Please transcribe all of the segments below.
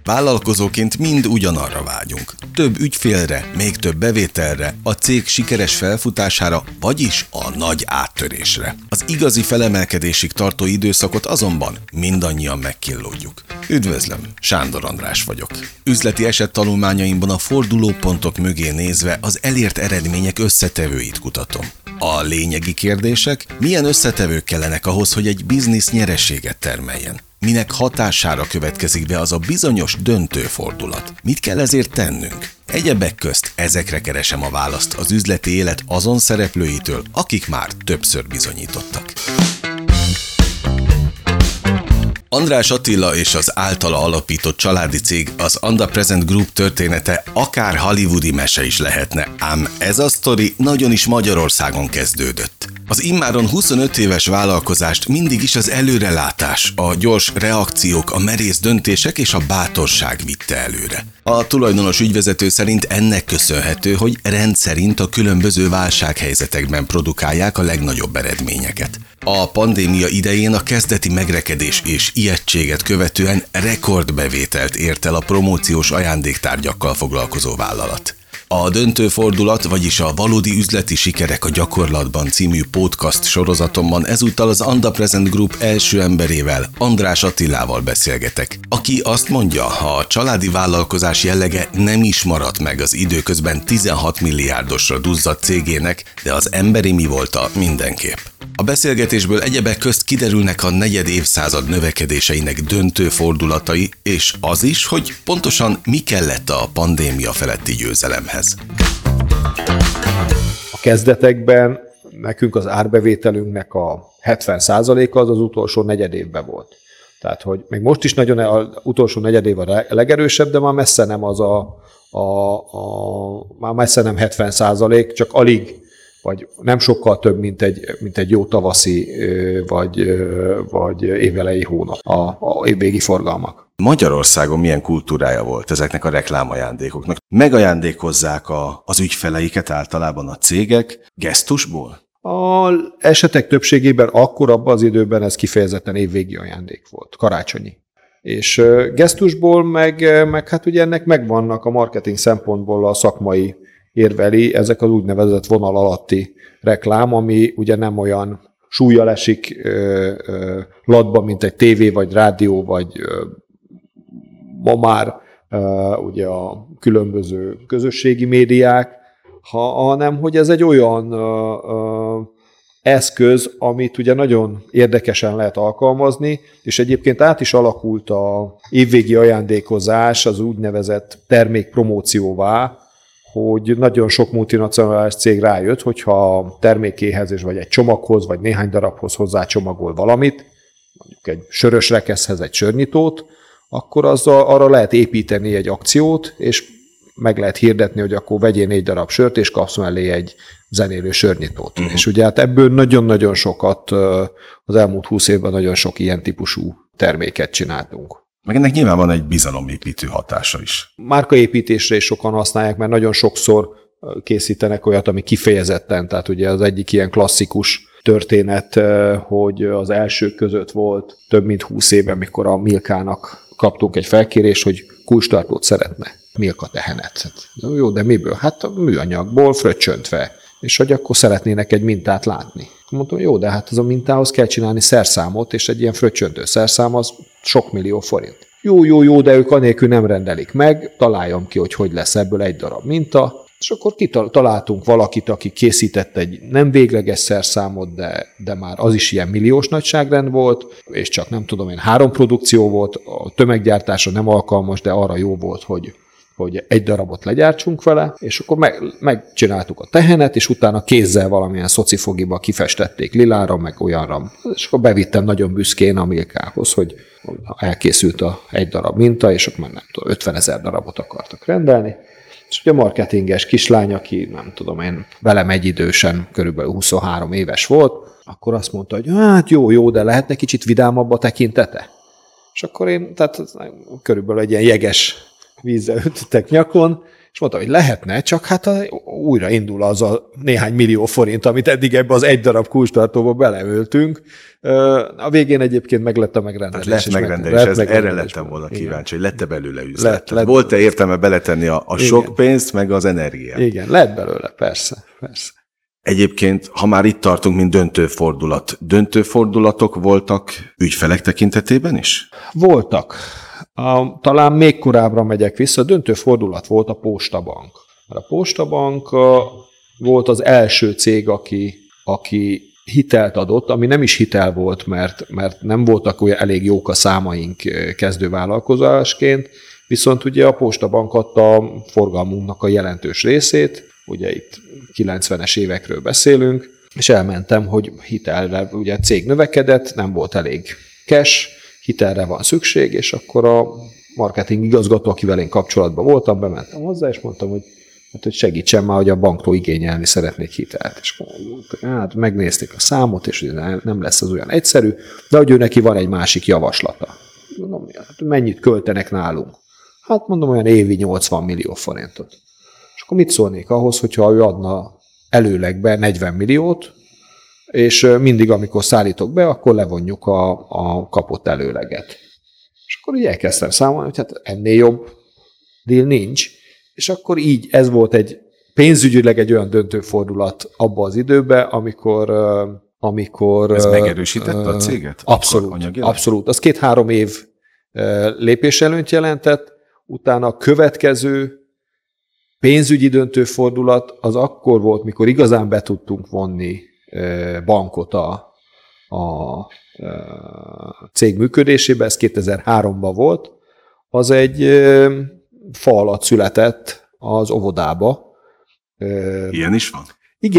Vállalkozóként mind ugyanarra vágyunk. Több ügyfélre, még több bevételre, a cég sikeres felfutására, vagyis a nagy áttörésre. Az igazi felemelkedésig tartó időszakot azonban mindannyian megkillódjuk. Üdvözlöm, Sándor András vagyok. Üzleti esettanulmányaimban a fordulópontok mögé nézve az elért eredmények összetevőit kutatom. A lényegi kérdések, milyen összetevők kellenek ahhoz, hogy egy biznisz nyereséget termeljen? Minek hatására következik be az a bizonyos döntőfordulat? Mit kell ezért tennünk? Egyebek közt ezekre keresem a választ az üzleti élet azon szereplőitől, akik már többször bizonyítottak. András Attila és az általa alapított családi cég, az Under Present Group története akár hollywoodi mese is lehetne, ám ez a sztori nagyon is Magyarországon kezdődött. Az immáron 25 éves vállalkozást mindig is az előrelátás, a gyors reakciók, a merész döntések és a bátorság vitte előre. A tulajdonos ügyvezető szerint ennek köszönhető, hogy rendszerint a különböző válsághelyzetekben produkálják a legnagyobb eredményeket. A pandémia idején a kezdeti megrekedés és ijegységet követően rekordbevételt ért el a promóciós ajándéktárgyakkal foglalkozó vállalat. A Döntőfordulat, vagyis a Valódi üzleti sikerek a gyakorlatban című podcast sorozatomban ezúttal az Under Present Group első emberével, András Attilával beszélgetek, aki azt mondja, a családi vállalkozás jellege nem is maradt meg az időközben 16 milliárdosra duzzadt cégének, de az emberi mi volta mindenképp. A beszélgetésből egyebek közt kiderülnek a negyed évszázad növekedéseinek döntő fordulatai, és az is, hogy pontosan mi kellett a pandémia feletti győzelemhez. A kezdetekben nekünk az árbevételünknek a 70%-a az utolsó negyed évben volt. Tehát, hogy még most is nagyon az utolsó negyed év a legerősebb, de már messze nem az már messze nem 70%, csak alig, vagy nem sokkal több, mint egy jó tavaszi vagy évelei hónap a évvégi forgalmak. Magyarországon milyen kultúrája volt ezeknek a reklámajándékoknak? Megajándékozzák az ügyfeleiket általában a cégek gesztusból? Az esetek többségében akkor abban az időben ez kifejezetten évvégi ajándék volt, karácsonyi. És gesztusból meg hát ugye ennek megvannak a marketing szempontból a szakmai érveli, ezek az úgynevezett vonal alatti reklám, ami ugye nem olyan súllyal esik latba, mint egy tévé, vagy rádió, vagy ma már ugye a különböző közösségi médiák, hanem hogy ez egy olyan eszköz, amit ugye nagyon érdekesen lehet alkalmazni, és egyébként át is alakult a évvégi ajándékozás az úgynevezett termékpromócióvá, hogy nagyon sok multinacionális cég rájött, hogyha a termékéhez és vagy egy csomaghoz, vagy néhány darabhoz hozzácsomagol valamit, mondjuk egy sörös rekeszhez egy sörnyitót, akkor arra lehet építeni egy akciót, és meg lehet hirdetni, hogy akkor vegyél 4 darab sört, és kapsz mellé egy zenélő sörnyitót. És ugye hát ebből nagyon-nagyon sokat, az elmúlt 20 évben nagyon sok ilyen típusú terméket csináltunk. Meg ennek nyilván van egy bizalomépítő hatása is. Márkaépítésre is sokan használják, mert nagyon sokszor készítenek olyat, ami kifejezetten, tehát ugye az egyik ilyen klasszikus történet, hogy az elsők között volt több mint 20 éve, mikor a Milkának kaptunk egy felkérést, hogy kulcstartót szeretne, Milka tehenet. Jó, de miből? Hát a műanyagból fröccsöntve, és hogy akkor szeretnének egy mintát látni. Mondtam, jó, de hát az a mintához kell csinálni szerszámot, és egy ilyen fröccsöntő szerszám az sok millió forint. Jó, de ők anélkül nem rendelik meg, találjam ki, hogy lesz ebből egy darab minta, és akkor találtunk valakit, aki készített egy nem végleges szerszámot, de már az is ilyen milliós nagyságrend volt, és csak nem tudom én, 3 produkció volt, a tömeggyártásra nem alkalmas, de arra jó volt, hogy egy darabot legyártsunk vele, és akkor megcsináltuk a tehenet, és utána kézzel valamilyen szocifogiba kifestették lilára, meg olyanra. És akkor bevittem nagyon büszkén a Milkához, hogy elkészült egy darab minta, és akkor már nem tudom, 50 000 darabot akartak rendelni. És ugye a marketinges kislány, aki nem tudom én, velem egyidősen körülbelül 23 éves volt, akkor azt mondta, hogy hát jó, de lehetne kicsit vidámabb a tekintete? És akkor én, tehát körülbelül egy ilyen jeges vízzel ütöttek nyakon, És mondta, hogy lehetne, csak hát újra indul az a néhány millió forint, amit eddig ebbe az egy darab kulcstartóba beleöltünk. A végén egyébként meglett a megrendelés. Lett megrendelés, erre lettem volna kíváncsi, hogy lett-e belőle üzlet. Volt-e értelme beletenni a sok pénzt, meg az energiát? Igen, lett belőle, persze. Egyébként, ha már itt tartunk, mint döntőfordulatok voltak ügyfelek tekintetében is? Voltak. Talán még korábbra megyek vissza, döntőfordulat volt a Postabank. A Postabank volt az első cég, aki hitelt adott, ami nem is hitel volt, mert nem voltak olyan elég jók a számaink kezdővállalkozásként, viszont ugye a Postabank adta a forgalmunknak a jelentős részét, ugye itt 90-es évekről beszélünk, és elmentem, hogy hitelre, ugye a cég növekedett, nem volt elég cash, hitelre van szükség, és akkor a marketing igazgató, akivel én kapcsolatban voltam, bementem hozzá, és mondtam, hogy segítsen már, hogy a banktól igényelni szeretnék hitelt. És hát megnézték a számot, és nem lesz az olyan egyszerű, de hogy ő neki van egy másik javaslata. Mondom, mennyit költenek nálunk? Hát mondom, olyan évi 80 millió forintot. És akkor mit szólnék ahhoz, hogyha ő adna előlegbe 40 milliót, és mindig, amikor szállítok be, akkor levonjuk a kapott előleget. És akkor így elkezdtem számolni, hogy hát ennél jobb deal nincs, és akkor így ez volt egy pénzügyileg egy olyan döntőfordulat abba az időben, amikor... Ez megerősítette a céget? Abszolút. Az 2-3 év lépéselőnyt jelentett, utána a következő pénzügyi döntőfordulat az akkor volt, mikor igazán be tudtunk vonni bankot a cég működésébe, ez 2003-ban volt, az egy fa alatt született az óvodába. Ilyen is van?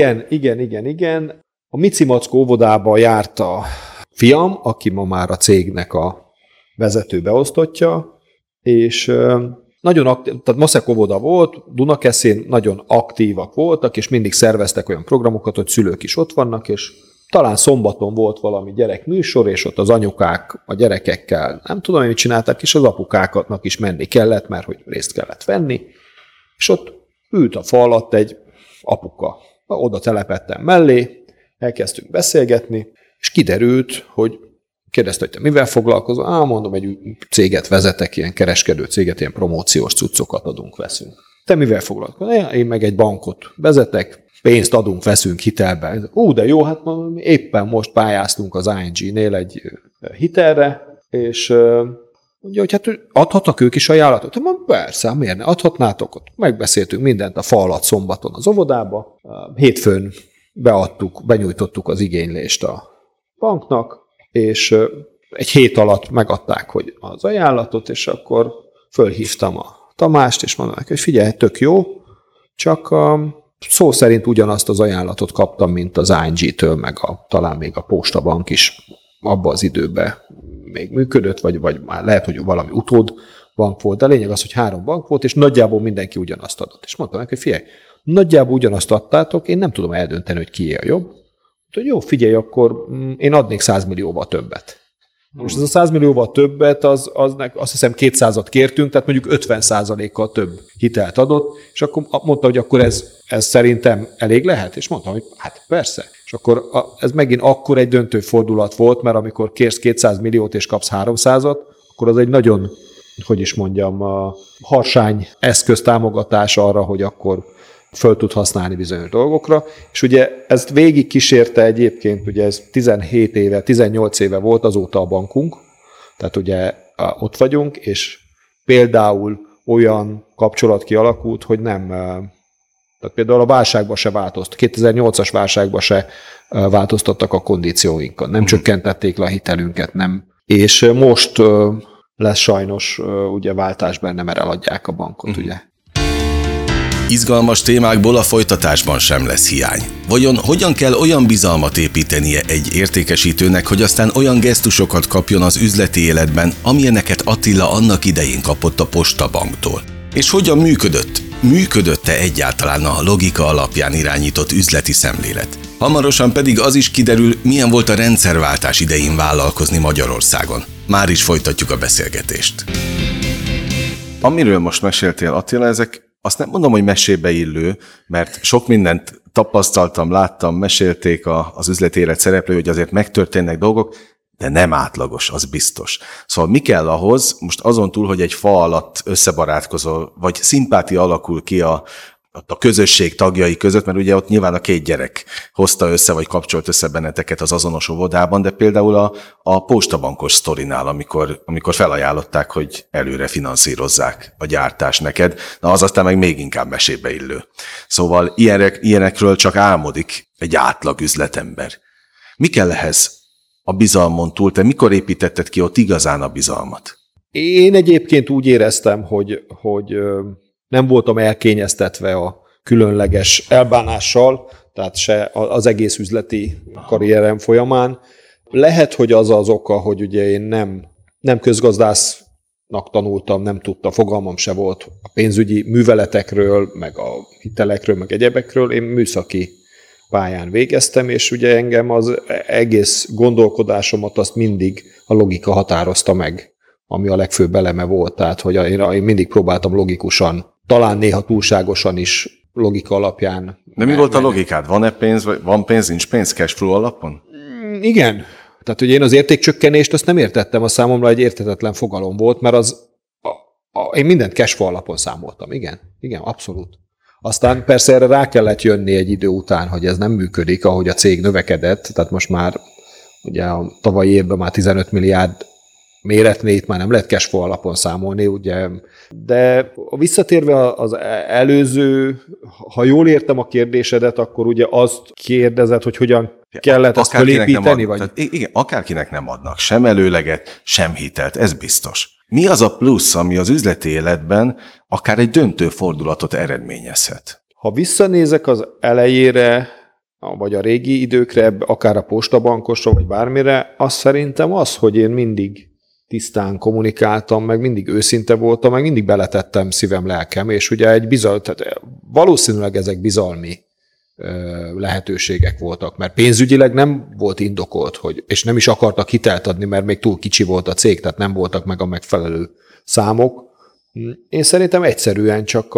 Igen. A Mici Mackó óvodába járt a fiam, aki ma már a cégnek a vezető beosztottja, és nagyon aktív, tehát maszek óvoda volt, Dunakeszin nagyon aktívak voltak, és mindig szerveztek olyan programokat, hogy szülők is ott vannak, és talán szombaton volt valami gyerekműsor, és ott az anyukák a gyerekekkel nem tudom, mit csináltak, és az apukáknak is menni kellett, mert hogy részt kellett venni, és ott ült a fa alatt egy apuka. Oda telepettem mellé, elkezdtünk beszélgetni, és kiderült, hogy kérdezte, hogy te mivel foglalkozol? Mondom, egy céget vezetek, ilyen kereskedő céget, ilyen promóciós cuccokat adunk, veszünk. Te mivel foglalkozol? Én meg egy bankot vezetek, pénzt adunk, veszünk hitelbe. De jó, hát éppen most pályáztunk az ING-nél egy hitelre, és ugye, hogy hát adhatnak ők is ajánlatot? Mondom, persze, miért ne adhatnátok ott? Megbeszéltünk mindent a fa alatt szombaton az óvodába. Hétfőn benyújtottuk az igénylést a banknak, és egy hét alatt megadták, hogy az ajánlatot, és akkor fölhívtam a Tamást, és mondom neki, hogy figyelj, tök jó, csak szó szerint ugyanazt az ajánlatot kaptam, mint az ING-től, meg talán még a Postabank is abban az időben még működött, vagy már lehet, hogy valami utódbank volt, de lényeg az, hogy 3 bank volt, és nagyjából mindenki ugyanazt adott. És mondtam neki, hogy figyelj, nagyjából ugyanazt adtátok, én nem tudom eldönteni, hogy kié a jobb. Hogy jó, figyelj, akkor én adnék 100 millióval többet. Most ez a 100 millióval többet, azt hiszem 200-at kértünk, tehát mondjuk 50%-kal több hitelt adott, és akkor mondta, hogy akkor ez szerintem elég lehet, és mondtam, hogy hát persze. És akkor ez megint akkor egy döntő fordulat volt, mert amikor kérsz 200 milliót és kapsz 300-at, akkor az egy nagyon, hogy is mondjam, harsány eszköztámogatás arra, hogy akkor föl tud használni bizonyos dolgokra, és ugye ezt végig kísérte egyébként, ugye ez 17 éve, 18 éve volt azóta a bankunk, tehát ugye ott vagyunk, és például olyan kapcsolat kialakult, hogy nem, tehát például a válságban se változott, 2008-as válságban se változtattak a kondícióinkon, nem csökkentették le a hitelünket, nem, és most lesz sajnos ugye váltásban, nem erre eladják a bankot, ugye. Izgalmas témákból a folytatásban sem lesz hiány. Vajon hogyan kell olyan bizalmat építenie egy értékesítőnek, hogy aztán olyan gesztusokat kapjon az üzleti életben, amilyeneket Attila annak idején kapott a Postabanktól? És hogyan működött? Működött-e egyáltalán a logika alapján irányított üzleti szemlélet? Hamarosan pedig az is kiderül, milyen volt a rendszerváltás idején vállalkozni Magyarországon. Már is folytatjuk a beszélgetést. Amiről most meséltél, Attila, ezek azt nem mondom, hogy mesébe illő, mert sok mindent tapasztaltam, láttam, mesélték az üzleti élet szereplői, hogy azért megtörténnek dolgok, de nem átlagos, az biztos. Szóval mi kell ahhoz, most azon túl, hogy egy fa alatt összebarátkozol, vagy szimpátia alakul ki a közösség tagjai között, mert ugye ott nyilván a két gyerek hozta össze, vagy kapcsolt össze benneteket az azonos óvodában, de például a postabankos sztorinál, amikor felajánlották, hogy előre finanszírozzák a gyártást neked, na az aztán meg még inkább mesébe illő. Szóval ilyenekről csak álmodik egy átlag üzletember. Mi kell ehhez a bizalmon túl? Te mikor építetted ki ott igazán a bizalmat? Én egyébként úgy éreztem, hogy nem voltam elkényeztetve a különleges elbánással, tehát se az egész üzleti karrierem folyamán. Lehet, hogy az az oka, hogy ugye én nem közgazdásznak tanultam, nem tudtam, fogalmam se volt a pénzügyi műveletekről, meg a hitelekről, meg egyebekről. Én műszaki pályán végeztem, és ugye engem az egész gondolkodásomat azt mindig a logika határozta meg, ami a legfőbb eleme volt. Tehát, hogy én mindig próbáltam logikusan, talán néha túlságosan is logika alapján. De mi volt a logikád? Van-e pénz, vagy van pénz, nincs pénz, cashflow alapon? Igen. Tehát, hogy én az értékcsökkenést azt nem értettem, a számomra egy érthetetlen fogalom volt, mert én mindent cashflow alapon számoltam. Igen, abszolút. Aztán persze erre rá kellett jönni egy idő után, hogy ez nem működik, ahogy a cég növekedett, tehát most már ugye a tavalyi évben már 15 milliárd méretnél már nem lehet cashflow alapon számolni, ugye. De visszatérve az előző, ha jól értem a kérdésedet, akkor ugye azt kérdezed, hogy hogyan kellett ezt fölépíteni? Vagy? Igen, akárkinek nem adnak sem előleget, sem hitelt, ez biztos. Mi az a plusz, ami az üzleti életben akár egy döntő fordulatot eredményezhet? Ha visszanézek az elejére, vagy a régi időkre, akár a postabankosra, vagy bármire, az szerintem az, hogy én mindig tisztán kommunikáltam, meg mindig őszinte voltam, meg mindig beletettem szívem, lelkem, és ugye tehát valószínűleg ezek bizalmi lehetőségek voltak, mert pénzügyileg nem volt indokolt, és nem is akartak hitelt adni, mert még túl kicsi volt a cég, tehát nem voltak meg a megfelelő számok. Én szerintem egyszerűen csak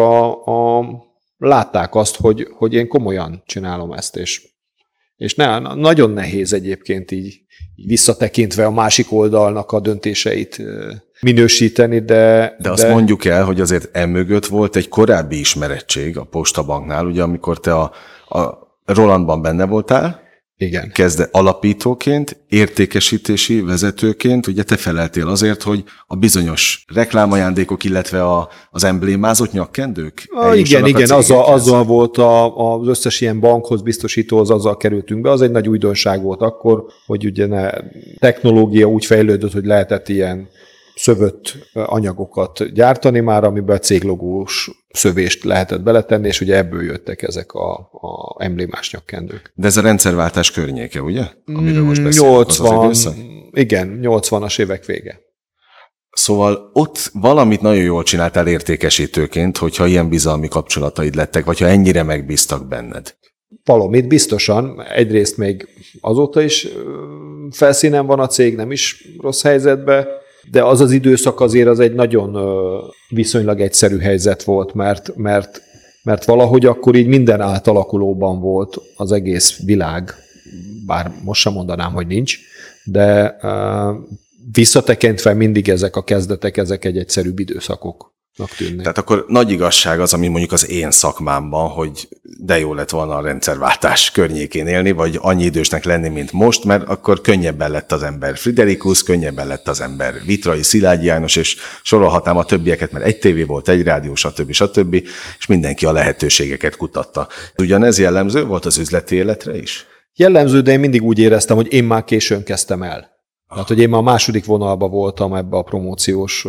látták azt, hogy én komolyan csinálom ezt, és nagyon nehéz egyébként így visszatekintve a másik oldalnak a döntéseit minősíteni, de azt mondjuk el, hogy azért emögött volt egy korábbi ismerettség a Postabanknál, ugye amikor te a Rolandban benne voltál, igen. Kezdve alapítóként, értékesítési vezetőként, ugye te feleltél azért, hogy a bizonyos reklámajándékok, illetve az emblémázott nyakkendők? Igen, azzal volt az összes ilyen bankhoz, biztosítóhoz, azzal kerültünk be. Az egy nagy újdonság volt akkor, hogy ugye technológia úgy fejlődött, hogy lehetett ilyen szövött anyagokat gyártani már, amiben a céglogós szövést lehetett beletenni, és ugye ebből jöttek ezek a emblémás nyakkendők. De ez a rendszerváltás környéke, ugye? Amiről most beszélünk, 80, igen, 80-as évek vége. Szóval ott valamit nagyon jól csináltál értékesítőként, hogyha ilyen bizalmi kapcsolataid lettek, vagy ha ennyire megbíztak benned. Valamit biztosan. Egyrészt még azóta is felszínen van a cég, nem is rossz helyzetben, de az az időszak azért az egy nagyon viszonylag egyszerű helyzet volt, mert valahogy akkor így minden átalakulóban volt az egész világ, bár most sem mondanám, hogy nincs, de visszatekintve mindig ezek a kezdetek, ezek egy egyszerűbb időszakoknak tűnnek. Tehát akkor nagy igazság az, ami mondjuk az én szakmámban, hogy de jó lett volna a rendszerváltás környékén élni, vagy annyi idősnek lenni, mint most, mert akkor könnyebben lett az ember Friderikus, könnyebben lett az ember Vitrai, Szilágyi János, és sorolhatnám a többieket, mert egy tévé volt, egy rádió, stb. És mindenki a lehetőségeket kutatta. Ugyanez jellemző volt az üzleti életre is? Jellemző, de én mindig úgy éreztem, hogy én már későn kezdtem el. Tehát, hogy én már a második vonalban voltam ebbe a promóciós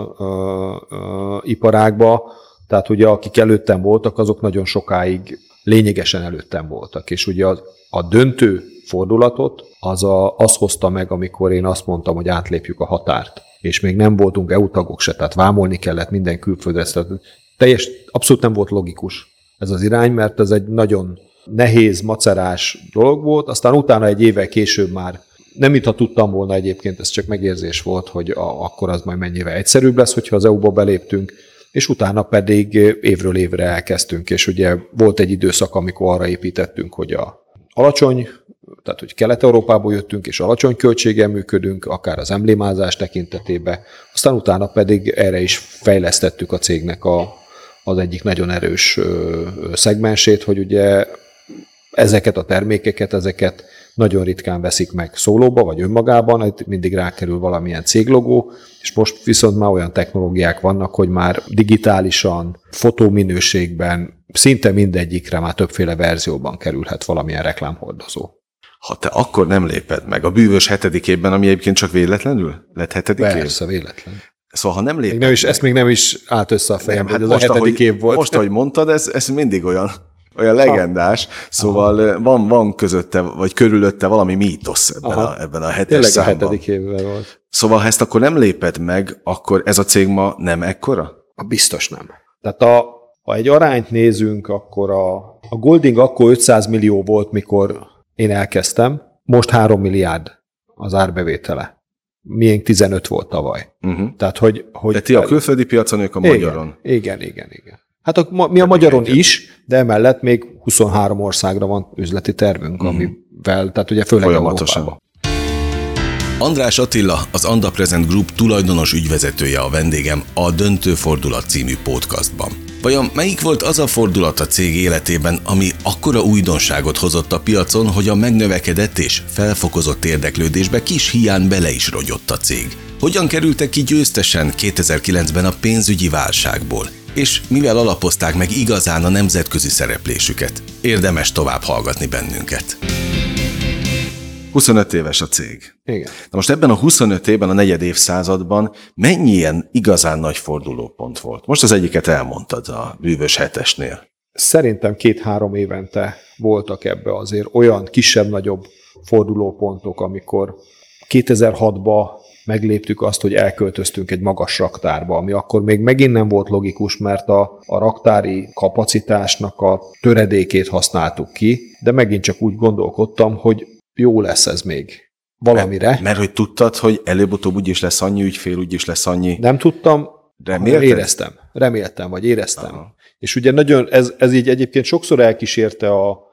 iparágba, tehát ugye akik előttem voltak, azok nagyon sokáig lényegesen előttem voltak. És ugye a döntő fordulatot az hozta meg, amikor én azt mondtam, hogy átlépjük a határt. És még nem voltunk EU tagok se, tehát vámolni kellett minden külföldre. Tehát abszolút nem volt logikus ez az irány, mert ez egy nagyon nehéz, macerás dolog volt. Aztán utána egy évvel később már nem mintha tudtam volna egyébként, ez csak megérzés volt, hogy akkor az majd mennyivel egyszerűbb lesz, hogyha az EU-ba beléptünk, és utána pedig évről évre elkezdtünk, és ugye volt egy időszak, amikor arra építettünk, hogy tehát hogy Kelet-Európából jöttünk, és alacsony költséggel működünk, akár az emblémázás tekintetében, aztán utána pedig erre is fejlesztettük a cégnek az egyik nagyon erős szegmensét, hogy ugye ezeket a termékeket, ezeket nagyon ritkán veszik meg szólóba, vagy önmagában, itt mindig rákerül valamilyen céglogó, és most viszont már olyan technológiák vannak, hogy már digitálisan, fotóminőségben, szinte mindegyikre már többféle verzióban kerülhet valamilyen reklámhordozó. Ha te akkor nem léped meg a bűvös 7. évben, ami egyébként csak véletlenül lett 7. év? Persze, véletlen. Szóval, ha nem léped ezt még nem is állt össze a fejem, hogy az a 7. év volt. Most, ahogy mondtad, ez mindig olyan legendás, szóval van közötte, vagy körülötte valami mítosz ebben a 7. számban. Tényleg a 7. évvel volt. Szóval, ha ezt akkor nem léped meg, akkor ez a cég ma nem ekkora? Biztos nem. Tehát ha egy arányt nézünk, akkor a Golding akkor 500 millió volt, mikor én elkezdtem, most 3 milliárd az árbevétele. Miénk 15 volt tavaly. Tehát, hogy de ti a külföldi piacon, ők a magyaron. Igen. Hát mi a magyaron is, de emellett még 23 országra van üzleti tervünk, amivel, tehát ugye főleg Európában. András Attila, az Anda Present Group tulajdonos ügyvezetője a vendégem a Döntő Fordulat című podcastban. Vajon melyik volt az a fordulat a cég életében, ami akkora újdonságot hozott a piacon, hogy a megnövekedett és felfokozott érdeklődésbe kis hián bele is rogyott a cég? Hogyan kerültek ki győztesen 2009-ben a pénzügyi válságból? És mivel alapozták meg igazán a nemzetközi szereplésüket? Érdemes tovább hallgatni bennünket. 25 éves a cég. Igen. Na most ebben a 25 évben, a negyed évszázadban mennyi ilyen igazán nagy fordulópont volt? Most az egyiket elmondtad a bűvös 7-esnél. Szerintem 2-3 évente voltak ebbe azért olyan kisebb-nagyobb fordulópontok, amikor 2006-ban megléptük azt, hogy elköltöztünk egy magas raktárba, ami akkor még megint nem volt logikus, mert a raktári kapacitásnak a töredékét használtuk ki, de megint csak úgy gondolkodtam, hogy jó lesz ez még valamire. Mert hogy tudtad, hogy előbb-utóbb úgyis lesz annyi ügyfél, úgyis lesz annyi... Nem tudtam, reméltem. Aha. És ugye nagyon, ez így egyébként sokszor elkísérte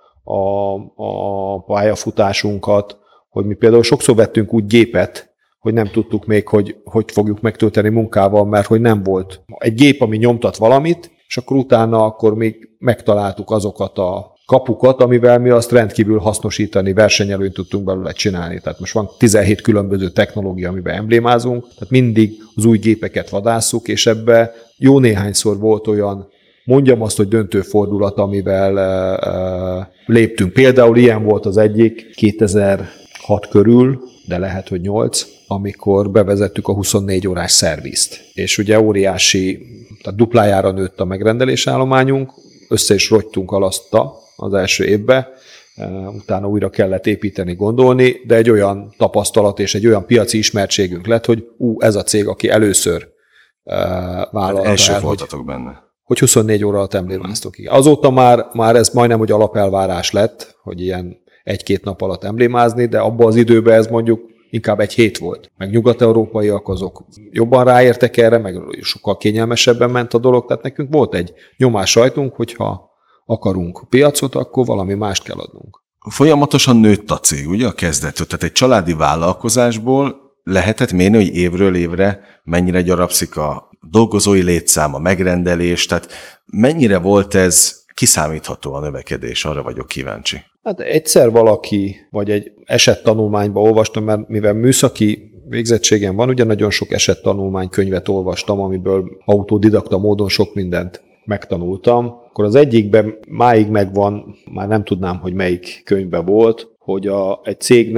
a pályafutásunkat, hogy mi például sokszor vettünk úgy gépet, hogy nem tudtuk még, hogy fogjuk megtölteni munkával, mert hogy nem volt egy gép, ami nyomtat valamit, és akkor utána akkor még megtaláltuk azokat a kapukat, amivel mi azt rendkívül hasznosítani, versenyelőnyt tudtunk belőle csinálni. Tehát most van 17 különböző technológia, amiben emblémázunk, tehát mindig az új gépeket vadásszuk, és ebbe jó néhányszor volt olyan, mondjam azt, hogy döntő fordulat, amivel léptünk. Például ilyen volt az egyik 2006 körül, de lehet, hogy 8, amikor bevezettük a 24 órás szervizt. És ugye óriási, tehát duplájára nőtt a megrendelésállományunk, össze is rogytunk alaszta az első évben, utána újra kellett építeni, gondolni, de egy olyan tapasztalat és egy olyan piaci ismertségünk lett, hogy ez a cég, aki először vállalta első voltatok benne. Hogy 24 óra alatt emblémáztok. Azóta már ez majdnem, hogy alapelvárás lett, hogy ilyen 1-2 nap alatt emblémázni, de abban az időben ez mondjuk inkább egy hét volt. Meg nyugat-európaiak azok jobban ráértek erre, meg sokkal kényelmesebben ment a dolog, tehát nekünk volt egy nyomás rajtunk, hogyha akarunk piacot, akkor valami mást kell adnunk. Folyamatosan nőtt a cég, ugye a kezdettől? Tehát egy családi vállalkozásból lehetett mérni, hogy évről évre mennyire gyarapszik a dolgozói létszám, a megrendelés, tehát mennyire volt ez kiszámítható a növekedés, arra vagyok kíváncsi. Hát egyszer valaki, vagy egy esettanulmányban olvastam, mert mivel műszaki végzettségem van, ugye nagyon sok esettanulmánykönyvet olvastam, amiből autodidakta módon sok mindent megtanultam. Akkor az egyikben máig megvan, már nem tudnám, hogy melyik könyvben volt, hogy egy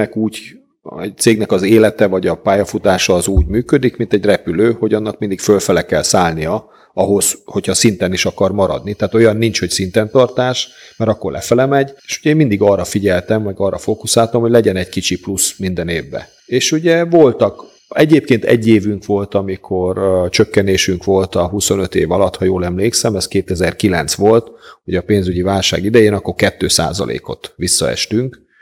cégnek az élete vagy a pályafutása az úgy működik, mint egy repülő, hogy annak mindig fölfele kell szállnia, ahhoz, hogyha szinten is akar maradni. Tehát olyan nincs, hogy szinten tartás, mert akkor lefele megy, és ugye én mindig arra figyeltem, meg arra fókuszáltam, hogy legyen egy kicsi plusz minden évben. És ugye egyébként egy évünk volt, amikor csökkenésünk volt a 25 év alatt, ha jól emlékszem, ez 2009 volt, ugye a pénzügyi válság idején, akkor 2%-ot visszaestünk,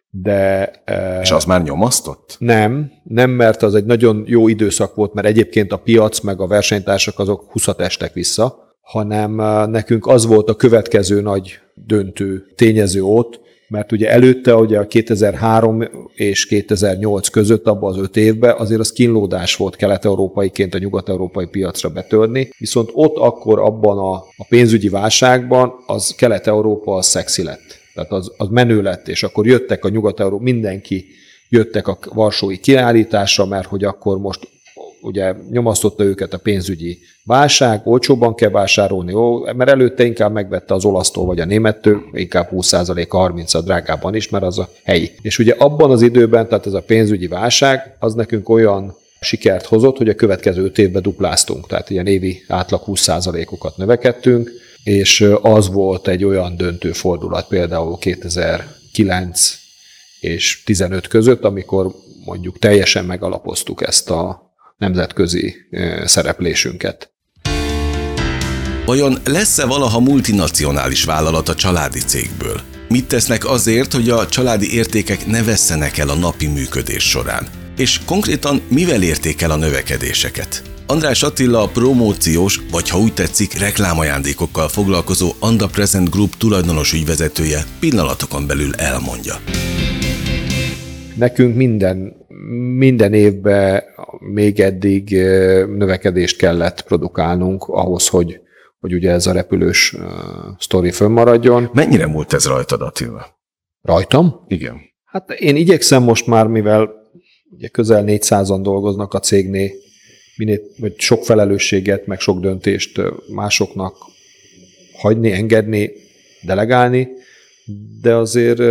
de... És az már nyomasztott? Nem, mert az egy nagyon jó időszak volt, mert egyébként a piac meg a versenytársak azok 20-at estek vissza, hanem nekünk az volt a következő nagy döntő tényező ott, mert ugye előtte ugye a 2003 és 2008 között abban az 5 évben azért az kínlódás volt kelet-európaiként a nyugat-európai piacra betörni, viszont ott akkor abban a pénzügyi válságban az Kelet-Európa az szexi lett. Tehát az menő lett, és akkor jöttek a Nyugat-Európa, mindenki jöttek a varsói kiállításra, mert hogy akkor most ugye nyomasztotta őket a pénzügyi válság, olcsóban kell vásárolni, mert előtte inkább megvette az olasztól vagy a némettől, inkább 20%-a 30-a drágában is, mert az a helyi. És ugye abban az időben, tehát ez a pénzügyi válság, az nekünk olyan sikert hozott, hogy a következő 5 évben dupláztunk, tehát ilyen évi átlag 20%-okat növekedtünk, és az volt egy olyan döntő fordulat például 2009 és 15 között, amikor mondjuk teljesen megalapoztuk ezt a nemzetközi szereplésünket. Vajon lesz-e valaha multinacionális vállalat a családi cégből? Mit tesznek azért, hogy a családi értékek ne vesszenek el a napi működés során? És konkrétan mivel érték el a növekedéseket? András Attila, a promóciós, vagy ha úgy tetszik, reklámajándékokkal foglalkozó Anda Present Group tulajdonos ügyvezetője pillanatokon belül elmondja. Nekünk minden évben még eddig növekedést kellett produkálnunk ahhoz, hogy ugye ez a repülős sztori fönnmaradjon. Mennyire múlt ez rajtad, Attila? Rajtam? Igen. Hát én igyekszem most már, mivel ugye közel 400-an dolgoznak a cégnél, vagy sok felelősséget, meg sok döntést másoknak hagyni, engedni, delegálni, de azért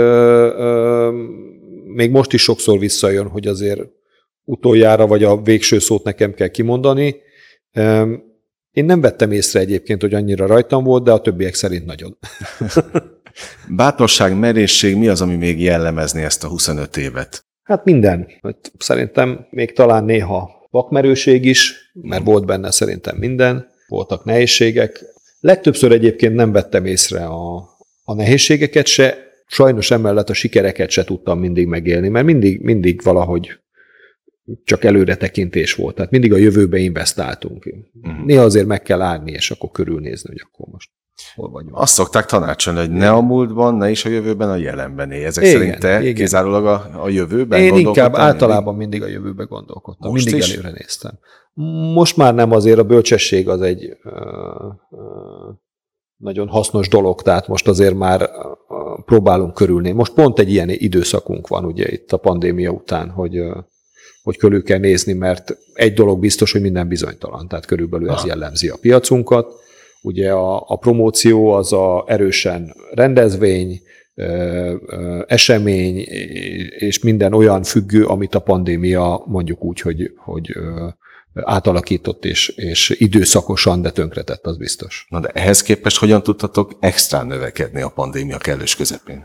még most is sokszor visszajön, hogy azért utoljára, vagy a végső szót nekem kell kimondani. Én nem vettem észre egyébként, hogy annyira rajtam volt, de a többiek szerint nagyon. Bátorság, merészség, mi az, ami még jellemezni ezt a 25 évet? Hát minden. Szerintem még talán néha vakmerőség is, mert volt benne szerintem minden. Voltak nehézségek. Legtöbbször egyébként nem vettem észre a nehézségeket se, sajnos emellett a sikereket se tudtam mindig megélni, mert mindig valahogy csak előretekintés volt. Tehát mindig a jövőbe investáltunk. Néha azért meg kell állni, és akkor körülnézni, hogy akkor most hol vagyunk. Azt szokták tanácsolni, hogy ne a múltban, ne is a jövőben, a jelenben élj. Ezek szerint te kizárólag a jövőben Én inkább általában mindig a jövőbe gondolkodtam. Most mindig is? előre néztem. Most már nem, azért a bölcsesség az egy nagyon hasznos dolog, tehát most azért már próbálunk körülni. Most pont egy ilyen időszakunk van ugye itt a pandémia után, hogy körül kell nézni, mert egy dolog biztos, hogy minden bizonytalan, tehát körülbelül ez jellemzi a piacunkat. Ugye a promóció az erősen rendezvény, esemény és minden olyan függő, amit a pandémia mondjuk úgy, hogy átalakított és időszakosan, de tönkretett, az biztos. Na de ehhez képest hogyan tudtatok extra növekedni a pandémia kellős közepén?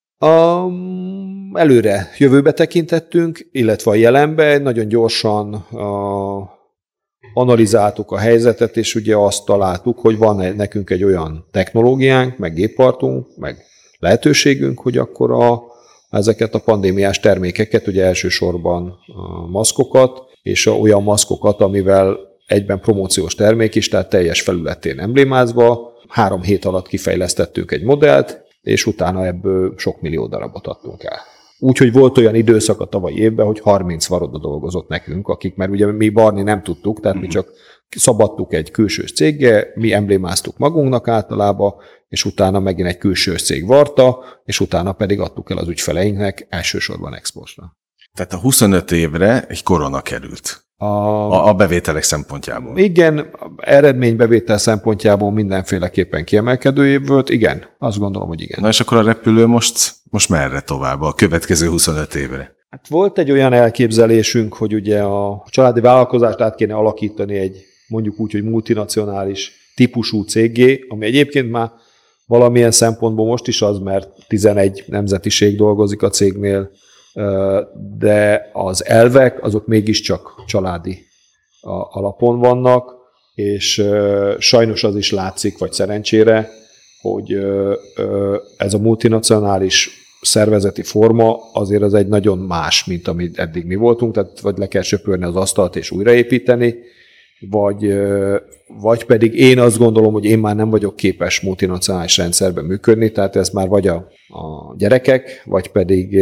Előre, jövőbe tekintettünk, illetve a jelenbe nagyon gyorsan analizáltuk a helyzetet, és ugye azt találtuk, hogy van nekünk egy olyan technológiánk, meg géppartunk, meg lehetőségünk, hogy akkor ezeket a pandémiás termékeket, ugye elsősorban a maszkokat, és olyan maszkokat, amivel egyben promóciós termék is, tehát teljes felületén emblémázva, 3 hét alatt kifejlesztettünk egy modellt, és utána ebből sok millió darabot adtunk el. Úgyhogy volt olyan időszak a tavalyi évben, hogy 30 varoda dolgozott nekünk, akik, mert ugye mi varni nem tudtuk, tehát mi csak szabadtuk egy külsős céggel, mi emblémáztuk magunknak általában, és utána megint egy külsős cég varta, és utána pedig adtuk el az ügyfeleinknek, elsősorban exportra. Tehát a 25 évre egy korona került. A bevételek szempontjából. Igen, eredménybevétel szempontjából mindenféleképpen kiemelkedő év volt. Igen, azt gondolom, hogy igen. Na és akkor a repülő most merre tovább a következő 25 évre? Hát volt egy olyan elképzelésünk, hogy ugye a családi vállalkozást át kéne alakítani egy mondjuk úgy, hogy multinacionális típusú céggé, ami egyébként már valamilyen szempontból most is az, mert 11 nemzetiség dolgozik a cégnél, de az elvek azok mégiscsak családi alapon vannak, és sajnos az is látszik, vagy szerencsére, hogy ez a multinacionális szervezeti forma azért az egy nagyon más, mint amit eddig mi voltunk, tehát vagy le kell söpörni az asztalt és újraépíteni, vagy pedig én azt gondolom, hogy én már nem vagyok képes multinacionális rendszerben működni, tehát ez már vagy a gyerekek, vagy pedig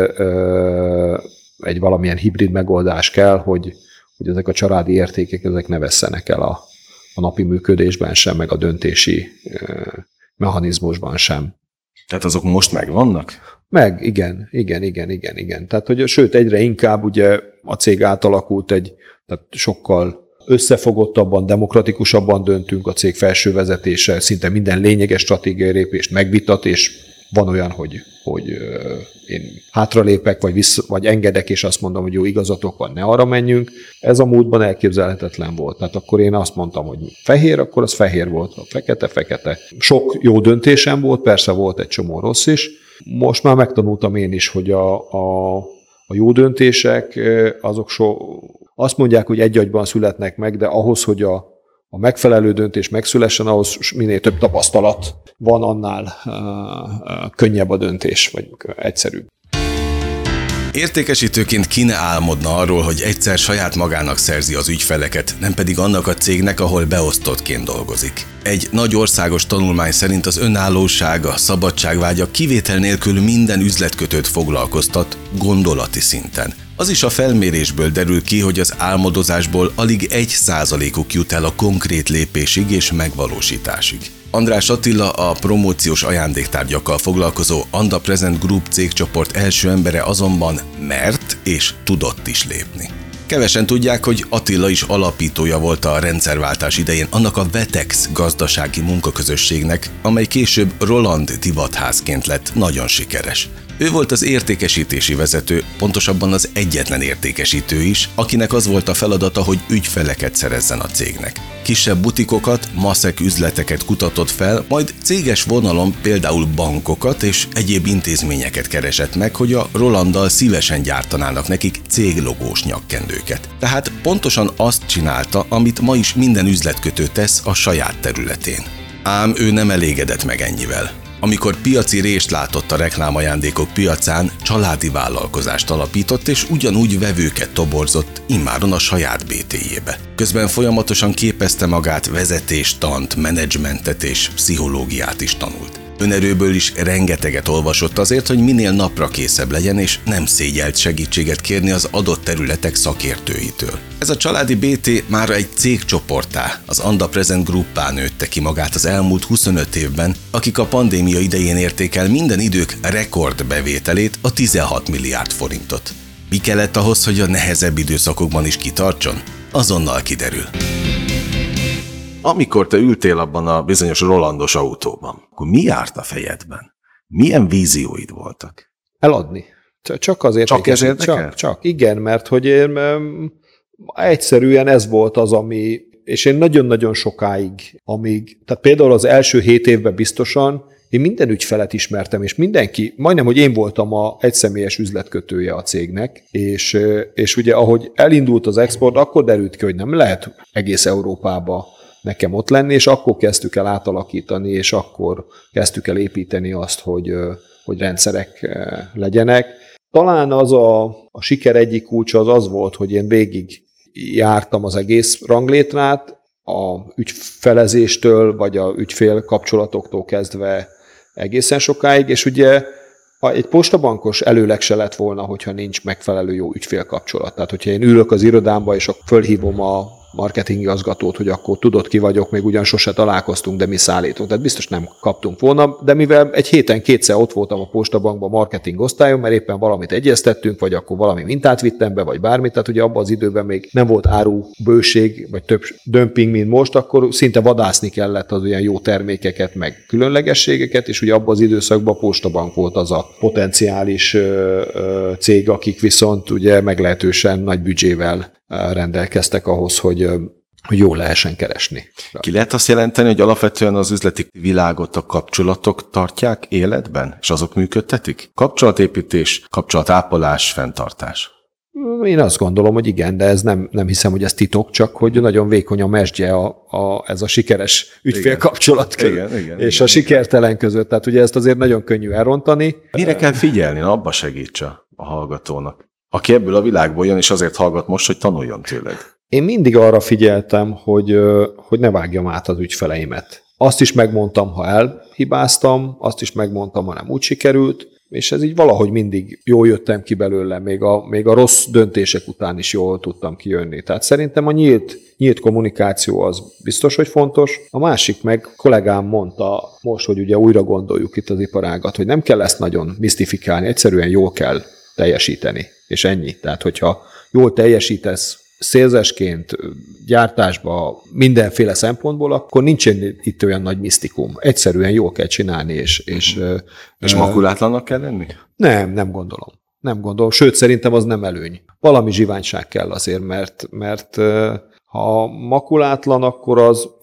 egy valamilyen hibrid megoldás kell, hogy ezek a családi értékek ezek ne vesszenek el a napi működésben sem, meg a döntési mechanizmusban sem. Tehát azok most megvannak? Meg, igen. Tehát, hogy sőt, egyre inkább ugye a cég átalakult tehát sokkal összefogottabban, demokratikusabban döntünk, a cég felső vezetése szinte minden lényeges stratégiai lépést megvitat, és van olyan, hogy én hátralépek, vagy engedek, és azt mondom, hogy jó, igazatok van, ne arra menjünk. Ez a múltban elképzelhetetlen volt. Tehát akkor én azt mondtam, hogy fehér, akkor az fehér volt, a fekete. Sok jó döntésem volt, persze volt egy csomó rossz is. Most már megtanultam én is, hogy a jó döntések, azok azt mondják, hogy egy agyban születnek meg, de ahhoz, hogy a megfelelő döntés megszülessen, ahhoz minél több tapasztalat van, annál könnyebb a döntés, vagy egyszerűbb. Értékesítőként ki ne álmodna arról, hogy egyszer saját magának szerzi az ügyfeleket, nem pedig annak a cégnek, ahol beosztottként dolgozik. Egy nagy országos tanulmány szerint az önállóság, a szabadságvágya kivétel nélkül minden üzletkötőt foglalkoztat gondolati szinten. Az is a felmérésből derül ki, hogy az álmodozásból alig 1%-uk jut el a konkrét lépésig és megvalósításig. András Attila, a promóciós ajándéktárgyakkal foglalkozó Anda Present Group cégcsoport első embere azonban mert és tudott is lépni. Kevesen tudják, hogy Attila is alapítója volt a rendszerváltás idején annak a Vetex gazdasági munkaközösségnek, amely később Roland divatházként lett nagyon sikeres. Ő volt az értékesítési vezető, pontosabban az egyetlen értékesítő is, akinek az volt a feladata, hogy ügyfeleket szerezzen a cégnek. Kisebb butikokat, maszek üzleteket kutatott fel, majd céges vonalon például bankokat és egyéb intézményeket keresett meg, hogy a Rolanddal szívesen gyártanának nekik céglogós nyakkendőket. Tehát pontosan azt csinálta, amit ma is minden üzletkötő tesz a saját területén. Ám ő nem elégedett meg ennyivel. Amikor piaci rést látott a reklámajándékok piacán, családi vállalkozást alapított és ugyanúgy vevőket toborzott immáron a saját BT-jébe. Közben folyamatosan képezte magát, vezetéstant, menedzsmentet és pszichológiát is tanult. Önerőből is rengeteget olvasott azért, hogy minél naprakészebb legyen, és nem szégyelt segítséget kérni az adott területek szakértőitől. Ez a családi BT már egy cégcsoporttá, az Anda Present Grouppá nőtte ki magát az elmúlt 25 évben, akik a pandémia idején érték el minden idők rekordbevételét, a 16 milliárd forintot. Mi kellett ahhoz, hogy a nehezebb időszakokban is kitartson? Azonnal kiderül. Amikor te ültél abban a bizonyos Rolandos autóban, akkor mi járt a fejedben? Milyen vízióid voltak? Eladni. Csak azért. Csak ez érdekel? Csak. Igen, mert hogy én egyszerűen ez volt az, ami, és én nagyon-nagyon sokáig, tehát például az első 7 évben biztosan, én minden ügyfelet ismertem, és mindenki, majdnem, hogy én voltam a egyszemélyes üzletkötője a cégnek, és ugye ahogy elindult az export, akkor derült ki, hogy nem lehet egész Európába nekem ott lenni, és akkor kezdtük el átalakítani, és akkor kezdtük el építeni azt, hogy rendszerek legyenek. Talán az a siker egyik kulcsa az volt, hogy én végig jártam az egész ranglétrát, a ügyfelezéstől, vagy a ügyfél kapcsolatoktól kezdve egészen sokáig, és ugye egy postabankos előleg se lett volna, hogyha nincs megfelelő jó ügyfélkapcsolat. Tehát, hogyha én ülök az irodámba, és akkor fölhívom a marketingigazgatót, hogy akkor tudod, ki vagyok, még ugyan sose találkoztunk, de mi szállítunk. Tehát biztos nem kaptunk volna, de mivel egy héten 2-szer ott voltam a postabankban a marketing osztályon, mert éppen valamit egyeztettünk, vagy akkor valami mintát vittem be, vagy bármit, tehát ugye abban az időben még nem volt árubőség, vagy több dömping, mint most, akkor szinte vadászni kellett az olyan jó termékeket, meg különlegességeket, és ugye abban az időszakban a postabank volt az a potenciális cég, akik viszont ugye meglehetősen nagy büdzsével rendelkeztek ahhoz, hogy jól lehessen keresni. Ki lehet azt jelenteni, hogy alapvetően az üzleti világot a kapcsolatok tartják életben, és azok működtetik? Kapcsolatépítés, kapcsolatápolás, fenntartás. Én azt gondolom, hogy igen, de ez nem hiszem, hogy ez titok, csak hogy nagyon vékony a mesdje ez a sikeres ügyfélkapcsolat és a sikertelen között. Tehát ugye ezt azért nagyon könnyű elrontani. Mire kell figyelni? Na, abba segítse a hallgatónak. Aki ebből a világból jön, és azért hallgat most, hogy tanuljon tőled. Én mindig arra figyeltem, hogy ne vágjam át az ügyfeleimet. Azt is megmondtam, ha elhibáztam, azt is megmondtam, ha nem úgy sikerült, és ez így valahogy mindig jól jöttem ki belőle, még a rossz döntések után is jól tudtam kijönni. Tehát szerintem a nyílt kommunikáció az biztos, hogy fontos. A másik meg kollégám mondta most, hogy ugye újra gondoljuk itt az iparágat, hogy nem kell ezt nagyon misztifikálni, egyszerűen jól kell teljesíteni, és ennyi. Tehát, hogyha jól teljesítesz szélzesként, gyártásba, mindenféle szempontból, akkor nincsen itt olyan nagy misztikum. Egyszerűen jól kell csinálni, és makulátlannak kell lenni? Nem gondolom. Nem gondolom. Sőt, szerintem az nem előny. Valami zsiványság kell azért, mert ha makulátlan, akkor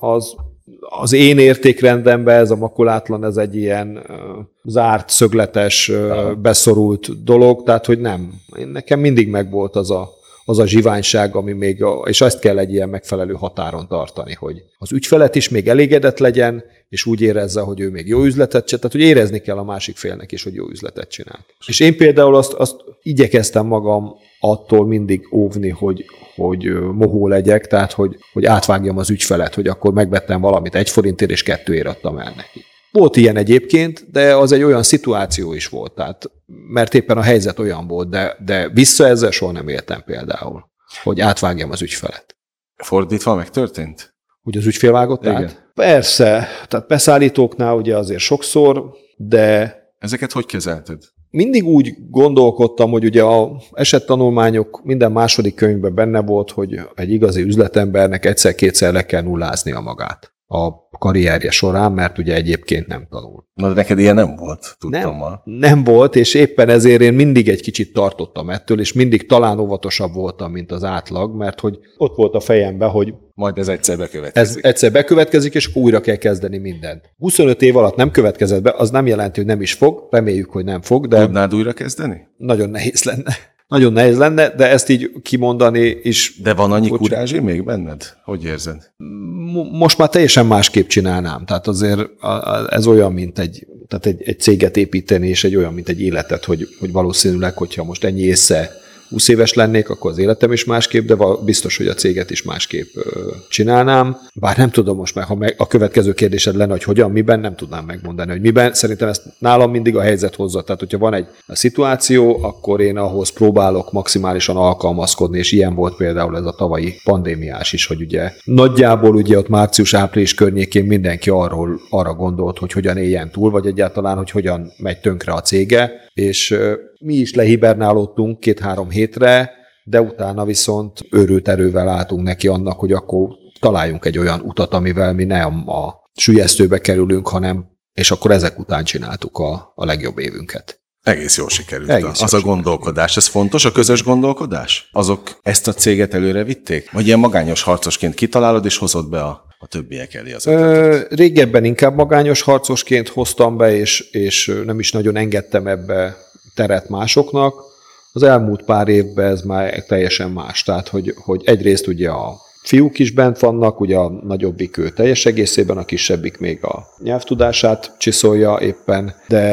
az én értékrendemben ez a makulátlan, ez egy ilyen zárt, szögletes, beszorult dolog, tehát, hogy nem. Nekem mindig megvolt az a zsiványság, ami még, és ezt kell egy ilyen megfelelő határon tartani, hogy az ügyfelet is még elégedett legyen, és úgy érezze, hogy ő még jó üzletet csinál, tehát hogy érezni kell a másik félnek is, hogy jó üzletet csinál. És én például azt igyekeztem magam attól mindig óvni, hogy mohó legyek, tehát hogy átvágjam az ügyfelet, hogy akkor megvettem valamit 1 forintért, és 2-ért adtam el neki. Volt ilyen egyébként, de az egy olyan szituáció is volt, tehát, mert éppen a helyzet olyan volt, de vissza ezzel soha nem éltem például, hogy átvágjam az ügyfelet. Fordítva megtörtént? Hogy az ügyfél vágott át? Persze, tehát beszállítóknál ugye azért sokszor, de... Ezeket hogy kezelted? Mindig úgy gondolkodtam, hogy ugye az esettanulmányok minden második könyvben benne volt, hogy egy igazi üzletembernek egyszer-kétszer le kell nulláznia magát a karrierje során, mert ugye egyébként nem tanul. Na, de neked ilyen nem volt, tudtam. Nem volt, és éppen ezért én mindig egy kicsit tartottam ettől, és mindig talán óvatosabb voltam, mint az átlag, mert hogy ott volt a fejemben, hogy majd ez egyszer bekövetkezik. Ez egyszer bekövetkezik, és újra kell kezdeni mindent. 25 év alatt nem következett be, az nem jelenti, hogy nem is fog, reméljük, hogy nem fog, de... Tudnád újra kezdeni? Nagyon nehéz lenne. Nagyon nehéz lenne, de ezt így kimondani is... De van annyi kurázsi még benned? Hogy érzed? Most már teljesen másképp csinálnám. Tehát azért ez olyan, mint egy céget építeni, és olyan, mint egy életet, hogy valószínűleg, hogyha most ennyi észre 20 éves lennék, akkor az életem is másképp, de biztos, hogy a céget is másképp csinálnám. Bár nem tudom most már, ha a következő kérdésed lenne, hogy hogyan, miben, nem tudnám megmondani, hogy miben. Szerintem ezt nálam mindig a helyzet hozza. Tehát, hogyha van egy szituáció, akkor én ahhoz próbálok maximálisan alkalmazkodni, és ilyen volt például ez a tavalyi pandémiás is, hogy ugye nagyjából ugye ott március-április környékén mindenki arra gondolt, hogy hogyan éljen túl, vagy egyáltalán, hogy hogyan megy tönkre a cége, és mi is lehibernálódtunk 2-3 hétre, de utána viszont őrült erővel álltunk neki annak, hogy akkor találjunk egy olyan utat, amivel mi nem a süllyesztőbe kerülünk, hanem, és akkor ezek után csináltuk a legjobb évünket. Egész jól sikerült. A gondolkodás, ez fontos, a közös gondolkodás? Azok ezt a céget előre vitték? Vagy ilyen magányos harcosként kitalálod, és hozod be a többiek elé az ötletet? Régebben inkább magányos harcosként hoztam be, és nem is nagyon engedtem ebbe teret másoknak. Az elmúlt pár évben ez már teljesen más. Tehát, hogy egyrészt ugye a fiúk is bent vannak, ugye a nagyobbik ő teljes egészében, a kisebbik még a nyelvtudását csiszolja éppen,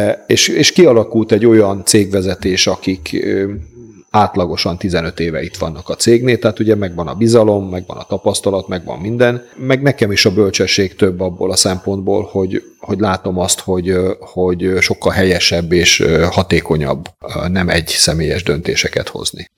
és kialakult egy olyan cégvezetés, akik átlagosan 15 éve itt vannak a cégnél, tehát ugye megvan a bizalom, megvan a tapasztalat, megvan minden, meg nekem is a bölcsesség több abból a szempontból, hogy látom azt, hogy sokkal helyesebb és hatékonyabb nem egy személyes döntéseket hozni.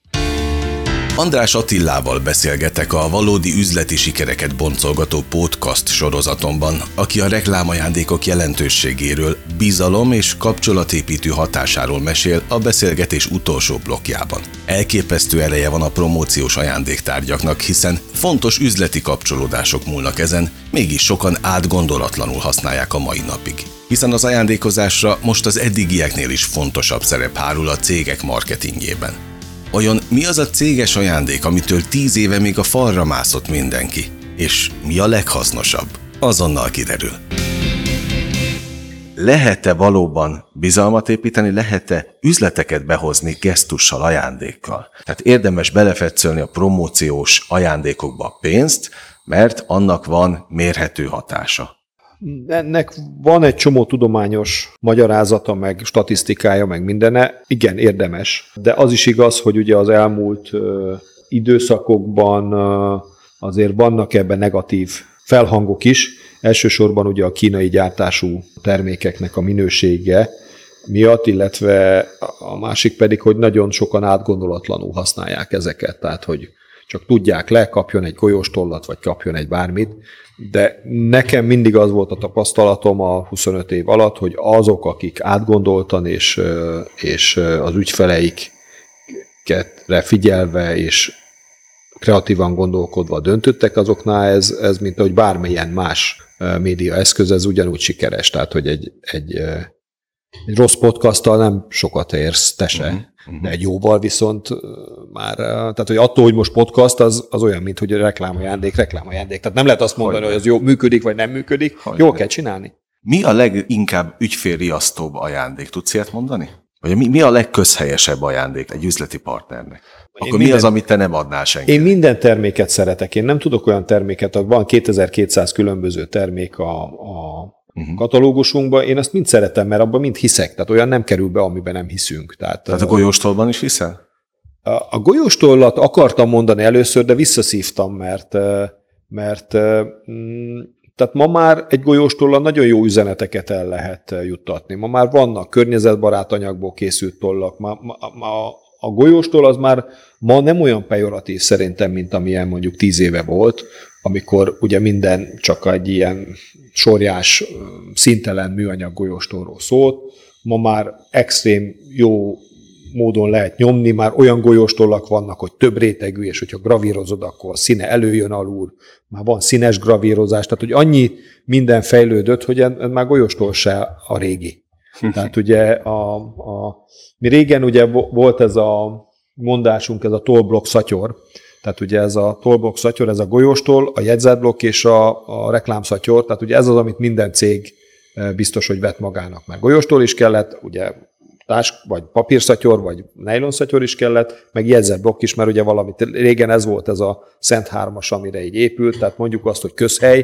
András Attilával beszélgetek a valódi üzleti sikereket boncolgató podcast sorozatomban, aki a reklámajándékok jelentőségéről, bizalom és kapcsolatépítő hatásáról mesél a beszélgetés utolsó blokkjában. Elképesztő ereje van a promóciós ajándéktárgyaknak, hiszen fontos üzleti kapcsolódások múlnak ezen, mégis sokan átgondolatlanul használják a mai napig. Hiszen az ajándékozásra most az eddigieknél is fontosabb szerep hárul a cégek marketingjében. Vajon mi az a céges ajándék, amitől 10 éve még a falra mászott mindenki? És mi a leghasznosabb? Azonnal kiderül. Lehet-e valóban bizalmat építeni, lehet-e üzleteket behozni gesztussal, ajándékkal? Tehát érdemes belefetszölni a promóciós ajándékokba a pénzt, mert annak van mérhető hatása. Ennek van egy csomó tudományos magyarázata, meg statisztikája, meg mindene. Igen, érdemes. De az is igaz, hogy ugye az elmúlt időszakokban azért vannak ebben negatív felhangok is. Elsősorban ugye a kínai gyártású termékeknek a minősége miatt, illetve a másik pedig, hogy nagyon sokan átgondolatlanul használják ezeket. Tehát, hogy csak tudják le, kapjon egy golyóstollat, vagy kapjon egy bármit. De nekem mindig az volt a tapasztalatom a 25 év alatt, hogy azok, akik átgondoltan és az ügyfeleikre figyelve és kreatívan gondolkodva döntöttek, azoknál ez mint ahogy bármilyen más média eszköz, ez ugyanúgy sikeres. Tehát, hogy egy rossz podcasttal nem sokat érsz, te se. De egy jóval viszont már, tehát hogy attól, hogy most podcast, az olyan, mint hogy reklámajándék. Tehát nem lehet azt mondani, hogy az jó működik, vagy nem működik. Jól kell csinálni. Mi a leginkább ügyfélriasztóbb ajándék? Tudsz ilyet mondani? Vagy mi a legközhelyesebb ajándék egy üzleti partnernek? Akkor mi az, amit te nem adnál senkinek? Én minden terméket szeretek. Én nem tudok olyan terméket, van 2200 különböző termék a katalógusunkban, én azt mind szeretem, mert abban mind hiszek. Tehát olyan nem kerül be, amiben nem hiszünk. Tehát a golyóstolban is hiszel? A golyóstollat akartam mondani először, de visszaszívtam, mert tehát ma már egy golyóstollal nagyon jó üzeneteket el lehet juttatni. Ma már vannak környezetbarát anyagból készült tollak. A golyóstoll az már ma nem olyan pejoratív szerintem, mint amilyen mondjuk 10 éve volt, amikor ugye minden csak egy ilyen sorjás, színtelen műanyag golyóstolról szólt. Ma már extrém jó módon lehet nyomni, már olyan golyóstollak vannak, hogy több rétegű, és hogyha gravírozod, akkor a színe előjön alul. Már van színes gravírozás, tehát hogy annyi minden fejlődött, hogy már golyóstól se a régi. Tehát ugye mi régen ugye volt ez a mondásunk, ez a tollblokk szatyor, tehát ugye ez a tollblokk szatyor, ez a golyóstól, a jegyzetblokk és a reklámszatyor, tehát ugye ez az, amit minden cég biztos, hogy vett magának. Már golyóstól is kellett, ugye vagy papírszatyor, vagy nejlonszatyor is kellett, meg jegyzetblokk is, mert ugye valamit régen ez volt ez a Szent Hármas, amire így épült, tehát mondjuk azt, hogy közhely,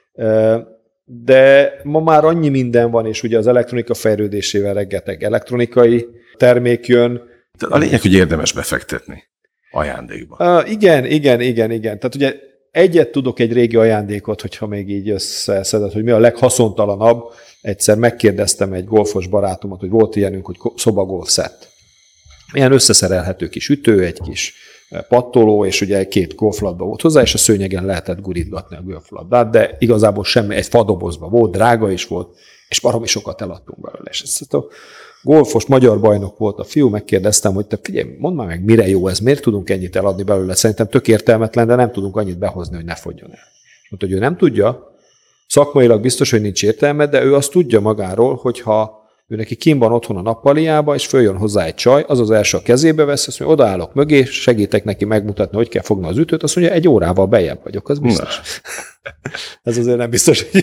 de ma már annyi minden van, és ugye az elektronika fejlődésével rengeteg elektronikai termék jön. A lényeg, hogy érdemes befektetni ajándékba. Igen. Tehát ugye egyet tudok, egy régi ajándékot, hogyha még így összeszedett, hogy mi a leghaszontalanabb. Egyszer megkérdeztem egy golfos barátomat, hogy volt ilyenünk, hogy szobagolf szett. Ilyen összeszerelhető kis ütő, egy kis pattoló, és ugye 2 golflabda volt hozzá, és a szőnyegen lehetett gurítgatni a golflabdát, de igazából semmi, egy fadobozban volt, drága is volt, és baromi sokat eladtunk belőle. És ezt a golfos magyar bajnok volt a fiú, megkérdeztem, hogy te figyelj, mondd már meg, mire jó ez, miért tudunk ennyit eladni belőle? Szerintem tök értelmetlen, de nem tudunk annyit behozni, hogy ne fogjon el. Mondta, hogy ő nem tudja, szakmailag biztos, hogy nincs értelme, de ő azt tudja magáról, hogyha ő neki kint van otthon a nappaliába, és följön hozzá egy csaj, az az első a kezébe vesz, azt mondja, odaállok mögé, segítek neki megmutatni, hogy kell fogni az ütőt, azt mondja, 1 órával bejebb vagyok, az biztos. Ez azért nem biztos, hogy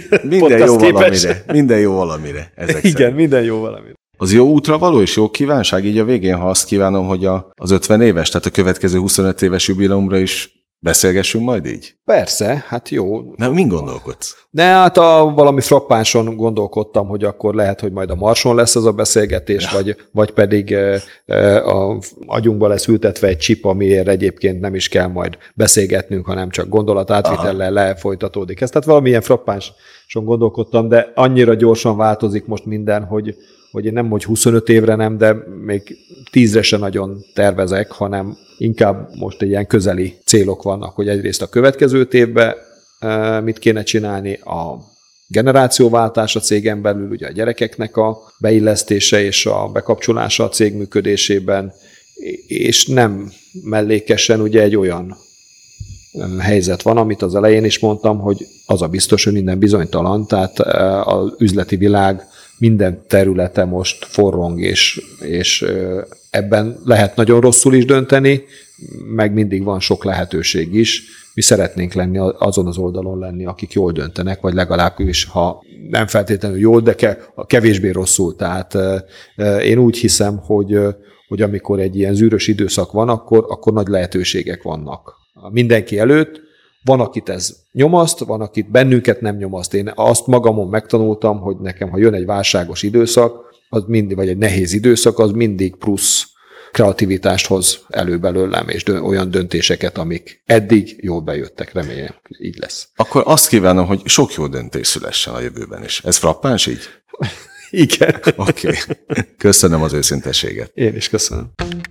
minden jó valamire. Ezek igen, szerint. Minden jó valamire. Az jó útra való és jó kívánság így a végén, ha azt kívánom, hogy az 50 éves, tehát a következő 25 éves jubileumra is beszélgessünk majd így? Persze, hát jó. Na, min gondolkodsz? De hát valami frappánson gondolkodtam, hogy akkor lehet, hogy majd a Marson lesz az a beszélgetés, vagy pedig a agyunkba lesz ültetve egy chip, amiért egyébként nem is kell majd beszélgetnünk, hanem csak gondolatátvitellel lefolytatódik. Ez tehát valamilyen frappánson gondolkodtam, de annyira gyorsan változik most minden, hogy én nem, hogy 25 évre nem, de még 10-re se nagyon tervezek, hanem inkább most egy ilyen közeli célok vannak, hogy egyrészt a következő évben mit kéne csinálni, a generációváltás a cégen belül, ugye a gyerekeknek a beillesztése és a bekapcsolása a cég működésében, és nem mellékesen ugye egy olyan helyzet van, amit az elején is mondtam, hogy az a biztos, hogy minden bizonytalan, tehát az üzleti világ minden területe most forrong, és ebben lehet nagyon rosszul is dönteni, meg mindig van sok lehetőség is. Mi szeretnénk lenni azon az oldalon lenni, akik jól döntenek, vagy legalábbis, ha nem feltétlenül jól, de kevésbé rosszul. Tehát én úgy hiszem, hogy amikor egy ilyen zűrös időszak van, akkor nagy lehetőségek vannak. Mindenki előtt van, akit ez nyomaszt, van, akit bennünket nem nyomaszt. Én azt magamon megtanultam, hogy nekem, ha jön egy válságos időszak, az mindig, vagy egy nehéz időszak, az mindig plusz kreativitást hoz elő belőlem, és olyan döntéseket, amik eddig jól bejöttek, remélem, így lesz. Akkor azt kívánom, hogy sok jó döntés szülessen a jövőben is. Ez frappáns így? Igen. Oké. Köszönöm az őszintességet. Én is köszönöm.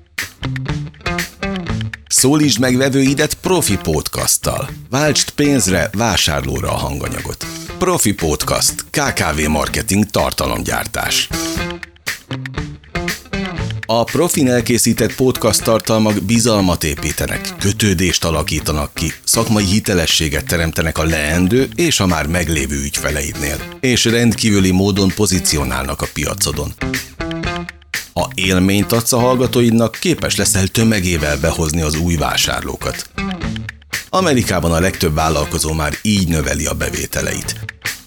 Szólítsd meg vevőidet Profi Podcasttal. Váltsd pénzre, vásárlóra a hanganyagot. Profi Podcast. KKV marketing tartalomgyártás. A Profin elkészített podcast tartalmak bizalmat építenek, kötődést alakítanak ki, szakmai hitelességet teremtenek a leendő és a már meglévő ügyfeleidnél, és rendkívüli módon pozícionálnak a piacodon. Ha élményt adsz a hallgatóidnak, képes leszel tömegével behozni az új vásárlókat. Amerikában a legtöbb vállalkozó már így növeli a bevételeit.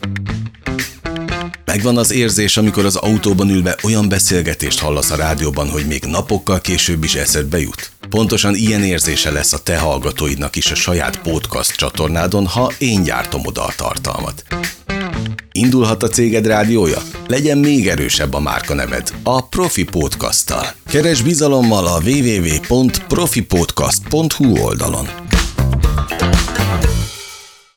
Megvan az érzés, amikor az autóban ülve olyan beszélgetést hallasz a rádióban, hogy még napokkal később is eszedbe jut. Pontosan ilyen érzése lesz a te hallgatóidnak is a saját podcast csatornádon, ha én gyártom oda a tartalmat. Indulhat a céged rádiója? Legyen még erősebb a márkaneved a Profi Podcasttal. Keresd bizalommal a www.profipodcast.hu oldalon.